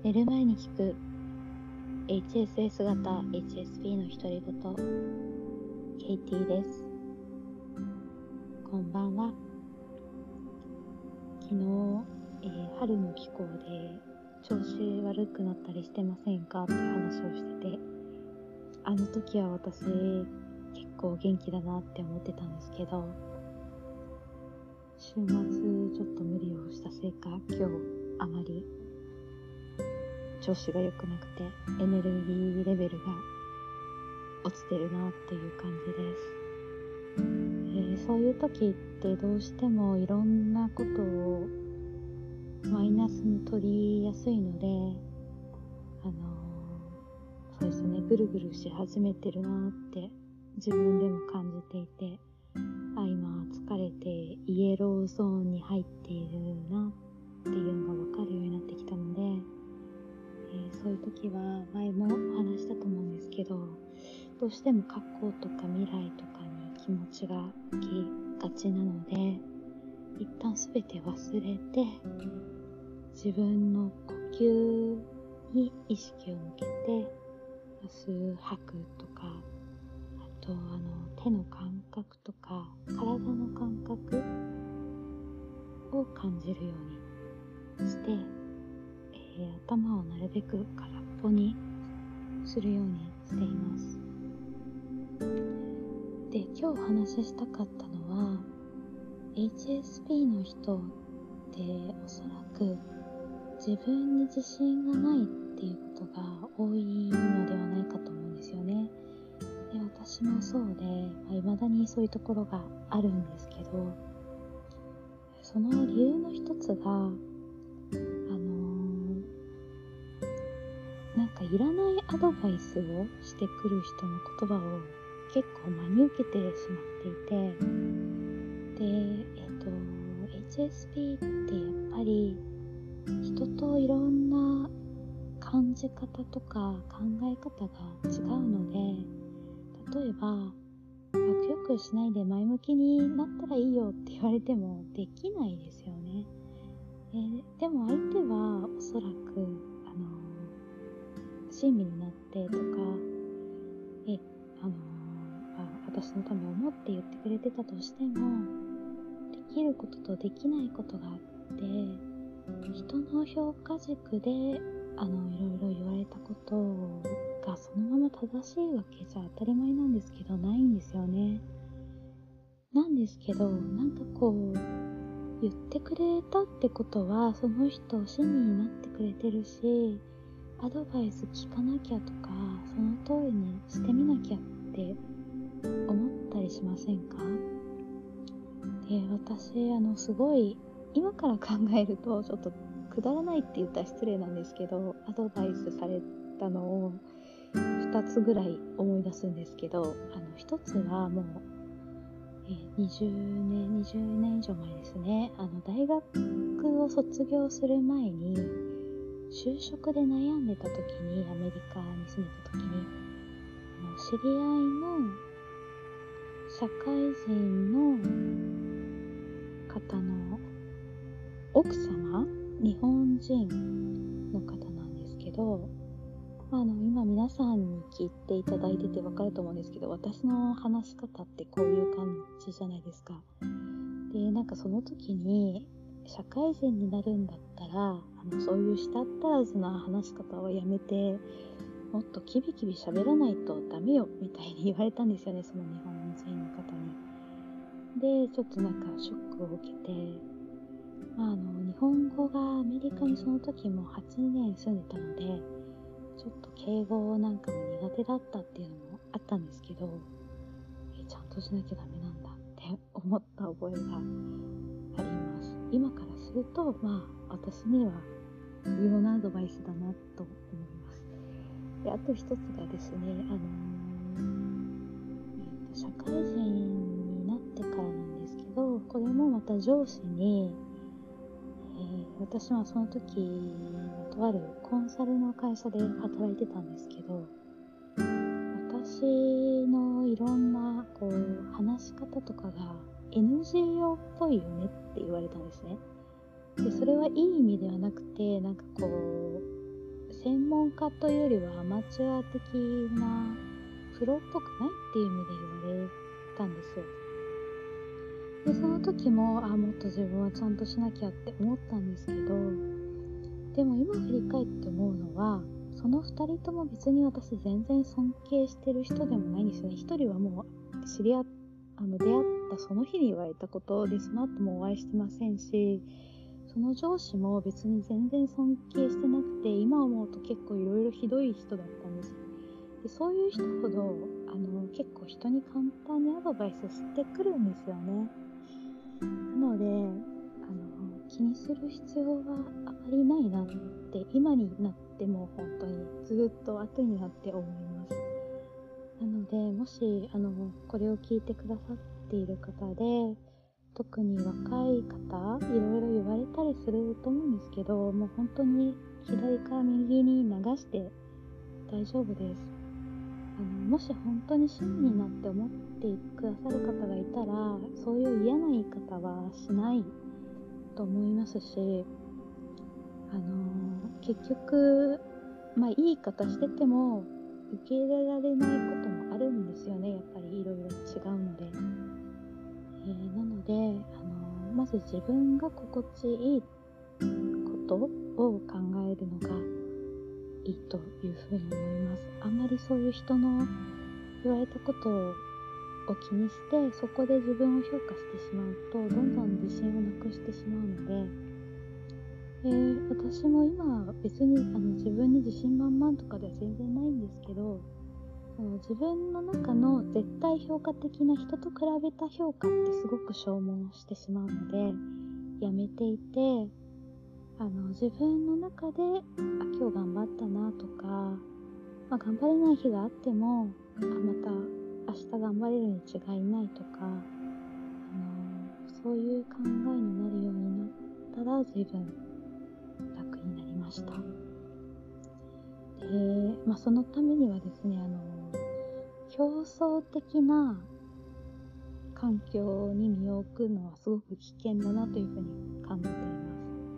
寝る前に聞く HSS 型 HSP の独り言、ケイティです。こんばんは。昨日、春の気候で調子悪くなったりしてませんかっていう話をしてて、あの時は私結構元気だなって思ってたんですけど、週末ちょっと無理をしたせいか今日あまり調子が良くなくてエネルギーレベルが落ちてるなっていう感じです。そういう時ってどうしてもいろんなことをマイナスに取りやすいので、そうですね、ぐるぐるし始めてるなって自分でも感じていて、今疲れてイエローゾーンに入っているなっていうのが分かるようになってきたので、そういう時は前もお話したと思うんですけど、どうしても過去とか未来とかに気持ちが行きがちなので、一旦すべて忘れて自分の呼吸に意識を向けて吸う吐くとか、あと手の感覚とか体の感覚を感じるようにして、頭をなるべく空っぽにするようにしています。で、今日お話ししたかったのは HSP の人っておそらく自分に自信がないっていうことが多いのではないかと思うんですよね。で、私もそうで、未だにそういうところがあるんですけど、その理由の一つがいらないアドバイスをしてくる人の言葉を結構真に受けてしまっていて、で、HSP ってやっぱり人といろんな感じ方とか考え方が違うので、例えばワクワクしないで前向きになったらいいよって言われてもできないですよね。でも相手はおそらく親身になってとか、私のためを思って言ってくれてたとしても、できることとできないことがあって、人の評価軸でいろいろ言われたことがそのまま正しいわけじゃ当たり前なんですけどないんですよね。なんですけど、言ってくれたってことはその人親身になってくれてるし、アドバイス聞かなきゃとかその通りにしてみなきゃって思ったりしませんか？で、私すごい今から考えるとちょっとくだらないって言ったら失礼なんですけど、アドバイスされたのを2つぐらい思い出すんですけど、1つはもう、20年以上前ですね。大学を卒業する前に就職で悩んでた時に、アメリカに住んでた時に知り合いの社会人の方の奥様、日本人の方なんですけど、今皆さんに聞いていただいてて分かると思うんですけど、私の話し方ってこういう感じじゃないですか。で、その時に社会人になるんだったらそういう舌足らずな話し方をやめて、もっとキビキビ喋らないとダメよみたいに言われたんですよね、その日本人の方に。で、ちょっとショックを受けて、日本語がアメリカにその時も8年住んでたので、ちょっと敬語も苦手だったっていうのもあったんですけど、ちゃんとしなきゃダメなんだって思った覚えがあります。今からすると、私には有用なアドバイスだなと思います。で、あと一つがですね、社会人になってからなんですけど、これもまた上司に、私はその時とあるコンサルの会社で働いてたんですけど、私のいろんな話し方とかが NGO っぽいよねって言われたんですね。で、それはいい意味ではなくて、 専門家というよりはアマチュア的なプロっぽくないっていう意味で言われたんですよ。でその時ももっと自分はちゃんとしなきゃって思ったんですけど、でも今振り返って思うのは、その2人とも別に私全然尊敬してる人でもないんですよね。1人はもう出会ったその日に言われたことで、その後もお会いしてませんし、その上司も別に全然尊敬してなくて、今思うと結構いろいろひどい人だったんです。でそういう人ほど結構人に簡単にアドバイスしてくるんですよね。なので気にする必要はあまりないなって今になっても本当にずっと後になって思います。なのでもしこれを聞いてくださっている方で、特に若い方いろいろ言われたりすると思うんですけど、もう本当に左から右に流して大丈夫です。もし本当に親身になって思ってくださる方がいたら、そういう嫌な言い方はしないと思いますし、結局いい言い方してても受け入れられないこともあるんですよね。やっぱりいろいろ違うので、なのでまず自分が心地いいことを考えるのがいいというふうに思います。あんまりそういう人の言われたことを気にしてそこで自分を評価してしまうと、どんどん自信をなくしてしまうので、私も今別に自分に自信満々とかでは全然ないんですけど、自分の中の絶対評価的な人と比べた評価ってすごく消耗してしまうのでやめていて、自分の中で今日頑張ったなとか、頑張れない日があってもまた明日頑張れるに違いないとか、そういう考えになるようになったら随分楽になりました。で、そのためにはですね、競争的な環境に身を置くのはすごく危険だなというふうに感じています。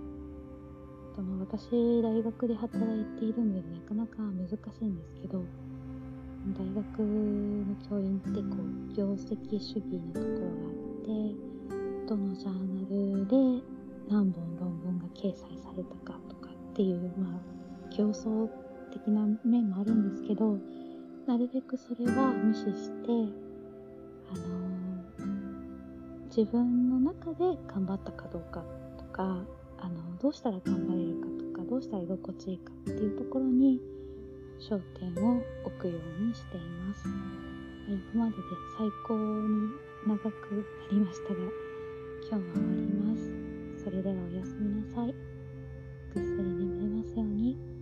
私大学で働いているのでなかなか難しいんですけど、大学の教員って業績主義なところがあって、どのジャーナルで何本論文が掲載されたかとかっていう競争的な面もあるんですけど、なるべくそれは無視して自分の中で頑張ったかどうかとか、どうしたら頑張れるかとか、どうしたら居心地いいかっていうところに焦点を置くようにしています。今までで最高に長くなりましたが、今日は終わります。それではおやすみなさい。ぐっすり眠れますように。